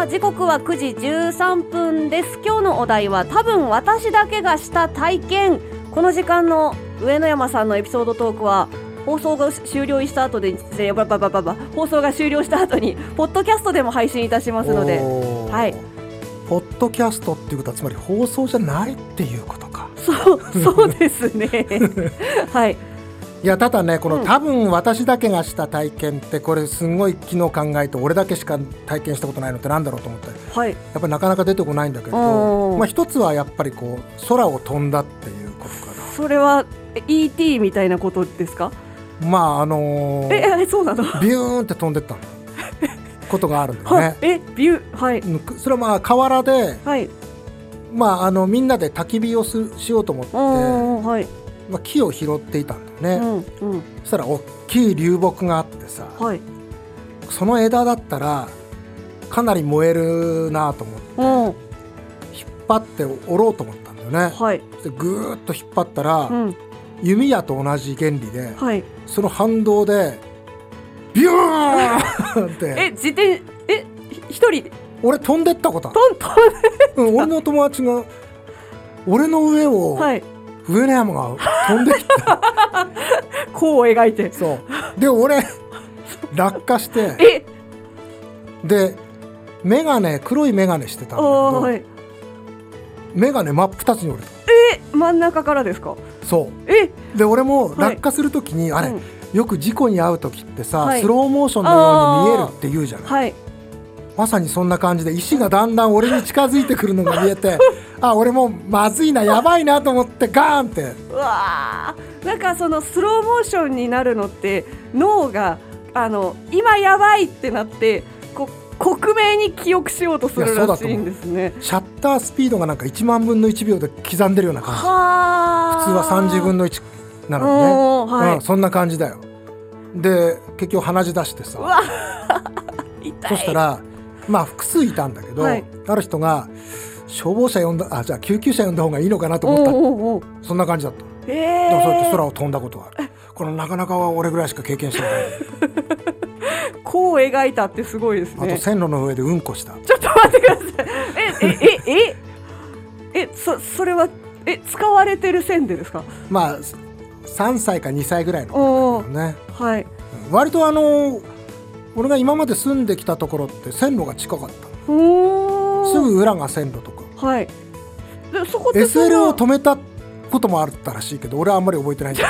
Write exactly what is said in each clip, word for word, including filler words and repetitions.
あ時刻はくじじゅうさんぷんです。今日のお題は多分私だけがした体験。この時間の上野山さんのエピソードトークは放送が終了した後でバババババ放送が終了した後にポッドキャストでも配信いたしますので、はい、 ポッドキャストっていうことはつまり放送じゃないっていうことか。 そうそうですねはい。 いやただねこの、うん、多分私だけがした体験ってこれすごい昨日考えて俺だけしか体験したことないのってなんだろうと思って、はい、やっぱりなかなか出てこないんだけど、まあ、一つはやっぱりこう空を飛んだっていうことかな。 それは イーティー みたいなことですか？ まああのー、 ええそうなの？ ビューンって飛んでったのことがあるんだよねえビューはいそれはまあ河原で、はい、まああのみんなで焚き火をすしようと思って、はいまあ、木を拾っていたんだよね、うんうん、そしたら大きい流木があってさ、はい、その枝だったらかなり燃えるなと思って、うん、引っ張って折ろうと思ったんだよね、はい、でぐーっと引っ張ったら、うん、弓矢と同じ原理で、はい、その反動でビューンってえ自転え一人俺飛んでったことある。 飛ん、 うん、俺の友達が俺の上を、はい上野山が飛んできて弧を描いてそうで俺落下してえでメガネ黒いメガネしてたんだけど、はい、メガネ真っ二つに折れた。 え真ん中からですか？ そうえで俺も落下するときに、はい、あれ、うん、よく事故に遭うときってさ、はい、スローモーションのように見えるって言うじゃない、はい、まさにそんな感じで石がだんだん俺に近づいてくるのが見えてあ俺もうまずいなやばいなと思ってガーンってうわなんかそのスローモーションになるのって脳があの今やばいってなってこ克明に記憶しようとするらしいんですね。 シャッタースピードがなんかいちまんぶんのいちびょうで刻んでるような感じ。は普通はさんじゅうぶんのいちなのにね、はいうん、そんな感じだよ。で結局鼻血出してさうわ痛い。そしたらまあ複数いたんだけど、はい、ある人が消防車呼んだあじゃあ救急車呼んだ方がいいのかなと思った。おうおうおうそんな感じだった。えー、でもそうやって空を飛んだことがある。これなかなかは俺ぐらいしか経験してないこう描いたってすごいですね。 あと線路の上でうんこした。 ちょっと待ってくださいえええええそそれはえ使われてる線でですか？ まあさんさいかにさいぐらいの子だけどね、 はい、 割とあの俺が今まで住んできたところって線路が近かったの。すぐ裏が線路とか、はい、でそこで エスエル を止めたこともあったらしいけど俺はあんまり覚えてないんだ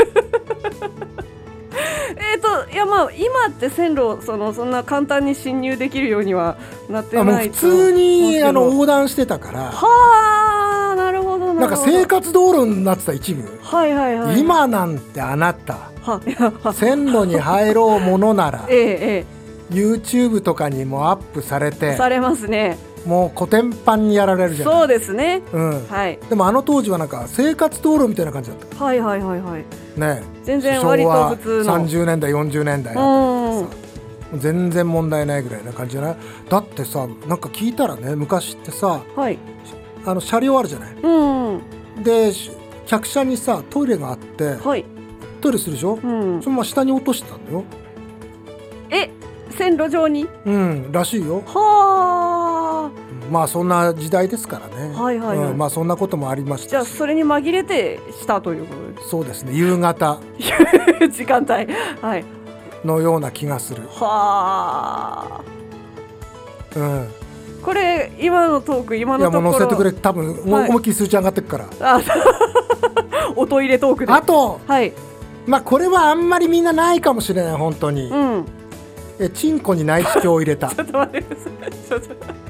えっといやまあ今って線路そのそんな簡単に侵入できるようにはなってないと。 普通にあの横断してたからはあなるほどなるほど。 なんか生活道路になってた一部、 はいはいはい、 今なんてあなた線路に入ろうものなら、ええええ、YouTube とかにもアップされてされますね。 もうコテンパンにやられるじゃない。 そうですね、 うんはい、でもあの当時はなんか生活道路みたいな感じだった。 はいはいはいはい、 ね、 全然割と普通のさんじゅうねんだいよんじゅうねんだいあったりさ全然問題ないぐらいな感じじゃない。だってさなんか聞いたらね昔ってさ、はい、あの車両あるじゃない、うん、で客車にさトイレがあって、はい、トイレするでしょ、うん、そのまま下に落としてたんだよ。 え線路上にうんらしいよ。 はあまあそんな時代ですからね。 はいはいはい、 うん、まあそんなこともありましたし。 じゃあそれに紛れてしたということです。 そうですね夕方時間帯、はい、 のような気がする。 はあ、 うん、 これ今のトーク今のところいやもう載せてくれ多分、はい、思いっきり数値上がってくからあおトイレトークであと、はい、まあこれはあんまりみんなないかもしれない本当に、うん、えチンコに内視鏡を入れたちょっと待ってくださいちょっと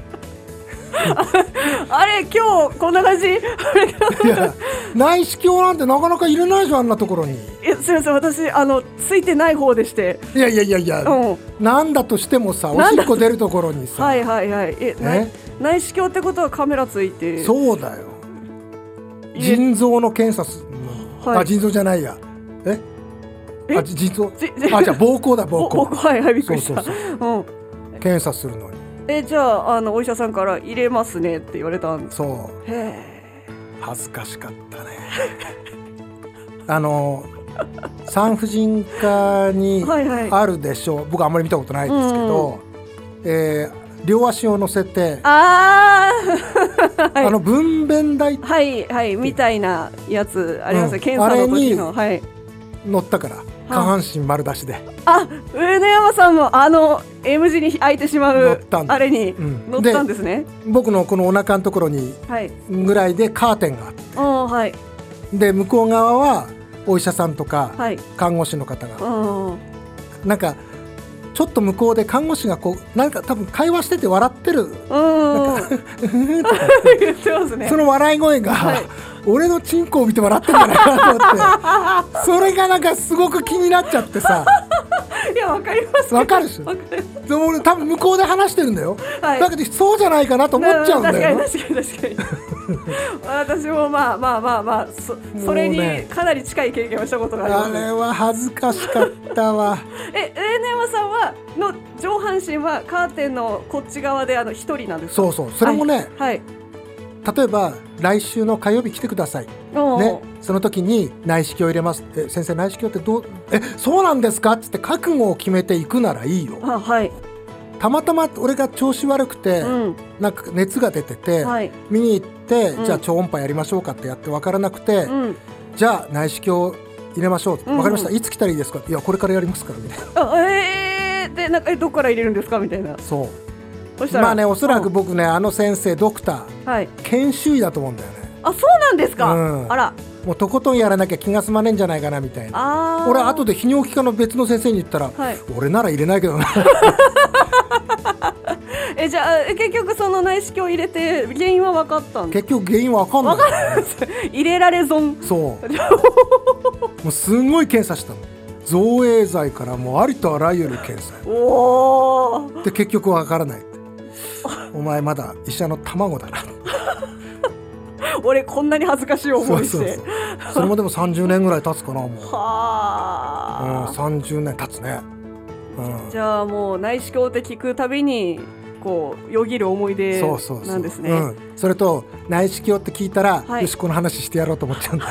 あれ今日こんな感じいや内視鏡なんてなかなか入れないじゃんあんなところに。 えすみません私あのついてない方でして。 いやいやいやいや、うん、なんだとしてもさおしっこ出るところにさはいはいはいええ内視鏡ってことはカメラついて。 そうだよ腎臓の検査す、はい、あ腎臓じゃないやええあ腎臓あじゃあ膀胱だ膀胱はいはいびっくりした。 そうそうそう、うん、検査するのにえじゃあ、あのお医者さんから入れますねって言われたんです。 そうへ恥ずかしかったねあの産婦人科にあるでしょう、はいはい、僕あんまり見たことないですけど、うんうんえー、 両足を乗せて、 あー、はい、あの分娩台はいはいみたいなやつありますね、うん、検査の時の、 あれに乗ったから、はい、下半身丸出しで、 あ、上野山さんもあの M 字に開いてしまうあれに乗ったんですね、 うん、僕のこのお腹のところにぐらいでカーテンがあって、 はい、 で向こう側はお医者さんとか看護師の方が、はい、なんかちょっと向こうで看護師がこうなんか多分会話してて笑ってる、なんか言ってますね、 その笑い声が、はい、俺のチンコを見て笑ってるんじゃないかなと思ってそれがなんかすごく気になっちゃってさいやわかりますわかるでしょ。でも俺多分向こうで話してるんだよ、はい、だけどそうじゃないかなと思っちゃうんだよ。 確かに確かに確かに私もまあまあまあまあ そ, それにかなり近い経験をしたことがあります、 ね、あれは恥ずかしかったわえ、上野山さんはの上半身はカーテンのこっち側であの一人なんですか。 そうそう、それもね、 はいはい、 例えば来週の火曜日来てください、ね、その時に内視鏡を入れます。え先生内視鏡ってどう、えそうなんですかっつって覚悟を決めていくならいいよ。 あ、はい、 たまたま俺が調子悪くて、うん、なんか熱が出てて、はい、見に行って、うん、じゃあ超音波やりましょうかってやって分からなくて、うん、じゃあ内視鏡入れましょう、うん、分かりました、いつ来たらいいですか。いやこれからやりますからみたいな。 あ、えー、でなんかえどこから入れるんですかみたいな。 そうそしたらまあね、おそらく僕ね、あの先生ドクター、はい、研修医だと思うんだよね。 あ、そうなんですか、うん、あらもうとことんやらなきゃ気が済まねえんじゃないかなみたいな。俺後で泌尿器科の別の先生に言ったら、はい、俺なら入れないけどなえじゃあ結局その内視鏡入れて原因は分かったんですか。 結局原因は分かんない、 ね、入れられ損。 そうもうすんごい検査したの。造影剤からもうありとあらゆる検査おで結局分からない。お前まだ医者の卵だな俺こんなに恥ずかしい思いして。そうそうそうそれもでもさんじゅうねんぐらい経つかな。もうは、 うん、さんじゅうねん経つね、 うん、じゃあもう内視鏡って聞くたびにこうよぎる思い出なんですね。そうそうそう、うん、 それと内視鏡って聞いたら、はい、よしこの話してやろうと思っちゃうんだ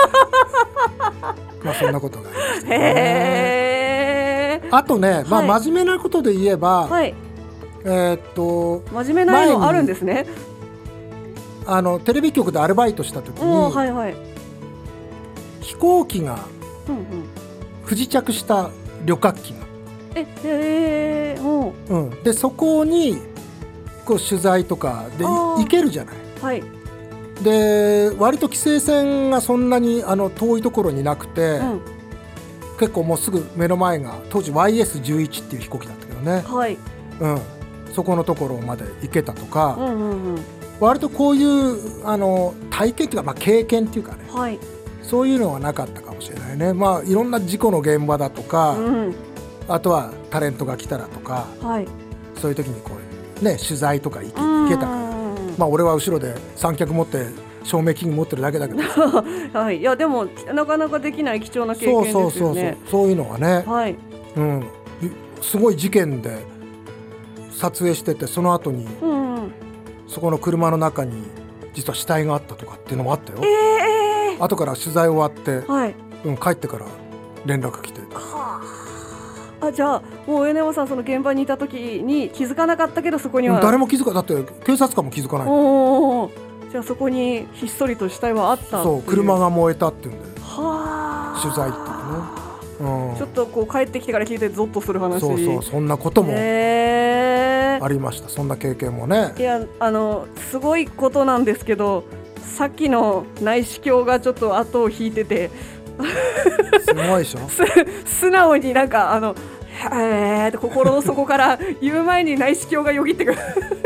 まあそんなことがありましたね。 へー。 あとね、まあ、真面目なことで言えば、はい、えー、っと真面目なのあるんですね。 あのテレビ局でアルバイトした時に、はいはい、飛行機が不時着した旅客機が、 えへー、 うん、でそこにこう取材とかで行けるじゃない、 はい、 で割と規制線がそんなにあの遠いところになくて、うん、結構もうすぐ目の前が当時 ワイエスじゅういち っていう飛行機だったけどね、 はい、 うん、そこのところまで行けたとか、 うんうんうん、割とこういうあの体験っていうか、まあ、経験っていうかね、 はい、 そういうのはなかったかもしれないね。まあいろんな事故の現場だとか、うん、あとはタレントが来たらとか、はい、そういう時にこう、ね、取材とか行け、行けたから、まあ俺は後ろで三脚持って照明器具持ってるだけだけどはい、いやでもなかなかできない貴重な経験ですよね。 そうそうそうそう、そういうのはね、 はい、 うん、すごい事件で撮影してて、その後に、うんうん、そこの車の中に実は死体があったとかっていうのもあったよ、 えー、 後から取材終わって、 はい、 うん、帰ってから連絡来て、 はあ、あ、じゃあもう上山さんその現場にいた時に気づかなかったけどそこには、 うん、誰も気づかだって警察官も気づかない。 おじゃあそこにひっそりと死体はあったっていう。 そう、車が燃えたっていうんで、 は取材っていうね、うん、 ちょっとこう帰ってきてから聞いてゾッとする話。 そうそう、そんなこともありました。そんな経験もね。 いや、あのすごいことなんですけど、さっきの内視鏡がちょっと後を引いててすごいでしょ素直になんかあのへーって心の底から言う前に内視鏡がよぎってくる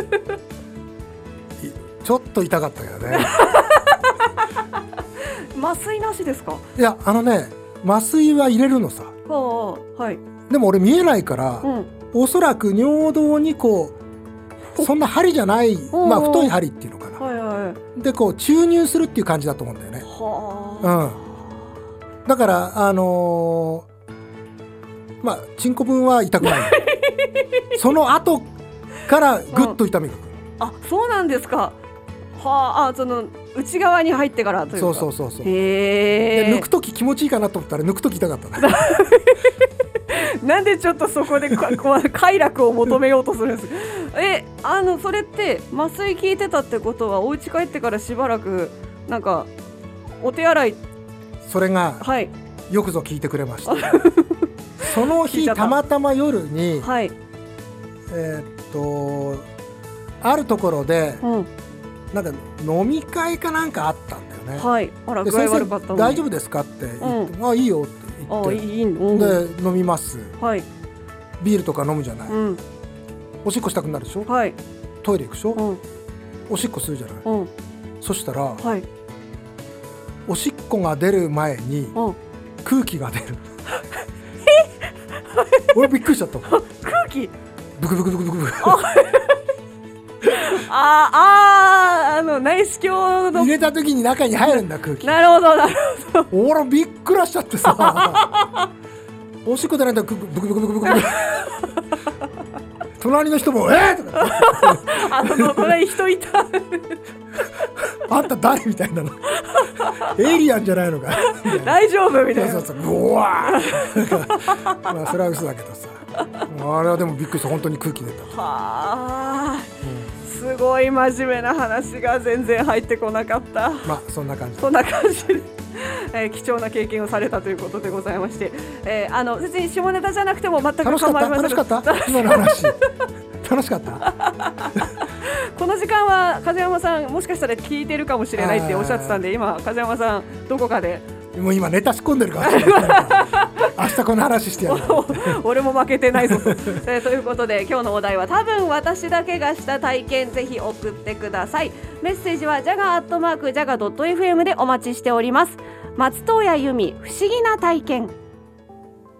ちょっと痛かったけどね麻酔なしですか。 いや、あのね、麻酔は入れるのさ、 はあ、はい、 でも俺見えないから、うん、おそらく尿道にこうそんな針じゃない、まあ、太い針っていうのかな、 はいはい、 でこう注入するっていう感じだと思うんだよね、 はあ、 うん、だからあのー、まあチンコ分は痛くないその後からぐっと痛みがくる、 あ、そうなんですか。 はあ、その内側に入ってからというか。 そうそうそうそう。 へで抜くとき気持ちいいかなと思ったら抜くとき痛かったねなんでちょっとそこで快楽を求めようとするんですえ、あのそれって麻酔効いてたってことはお家帰ってからしばらくなんかお手洗い、 それが、はい、よくぞ聞いてくれましたその日たまたま夜に、はい、えー、っとあるところで、うん、なんか飲み会かなんかあったんだよね。はい、あら、 で先生大丈夫ですかって言って、うん、あいいよって言って、あいい、うん、で飲みます、はい、ビールとか飲むじゃない、うん、おしっこしたくなるでしょ、はい、トイレ行くでしょ、うん、おしっこするじゃない、うん、そしたら、はい、おしっこが出る前に、うん、空気が出る俺びっくりしちゃった空気ブクブクブクブクブクああ、あの内視鏡の入れた時に中に入るんだ空気。 なるほどなるほど。 俺びっくらしちゃってさおしっこ出ないとブクブクブクブクブク隣の人もえーとかあの隣人いたあんた誰みたいなのエイリアンじゃないのか大丈夫みたいな。 そうそうそう、うわーまあそれは嘘だけどさあれはでもびっくりした、本当に空気出た。はあ、うん、すごい真面目な話が全然入ってこなかった。 まあそんな感じそんな感じで、えー、貴重な経験をされたということでございまして、えー、あの別に下ネタじゃなくても全く構いません。 楽しかった楽しかった今の話楽しかったこの時間は風山さんもしかしたら聞いてるかもしれないっておっしゃってたんで、今風山さんどこかでもう今ネタ仕込んでるから明日この話してやる俺も負けてないぞと、えー、ということで今日のお題は多分私だけがした体験、ぜひ送ってください。メッセージは ジャガ アットマーク ジャガ ドット エフエム でお待ちしております。松任谷由実不思議な体験。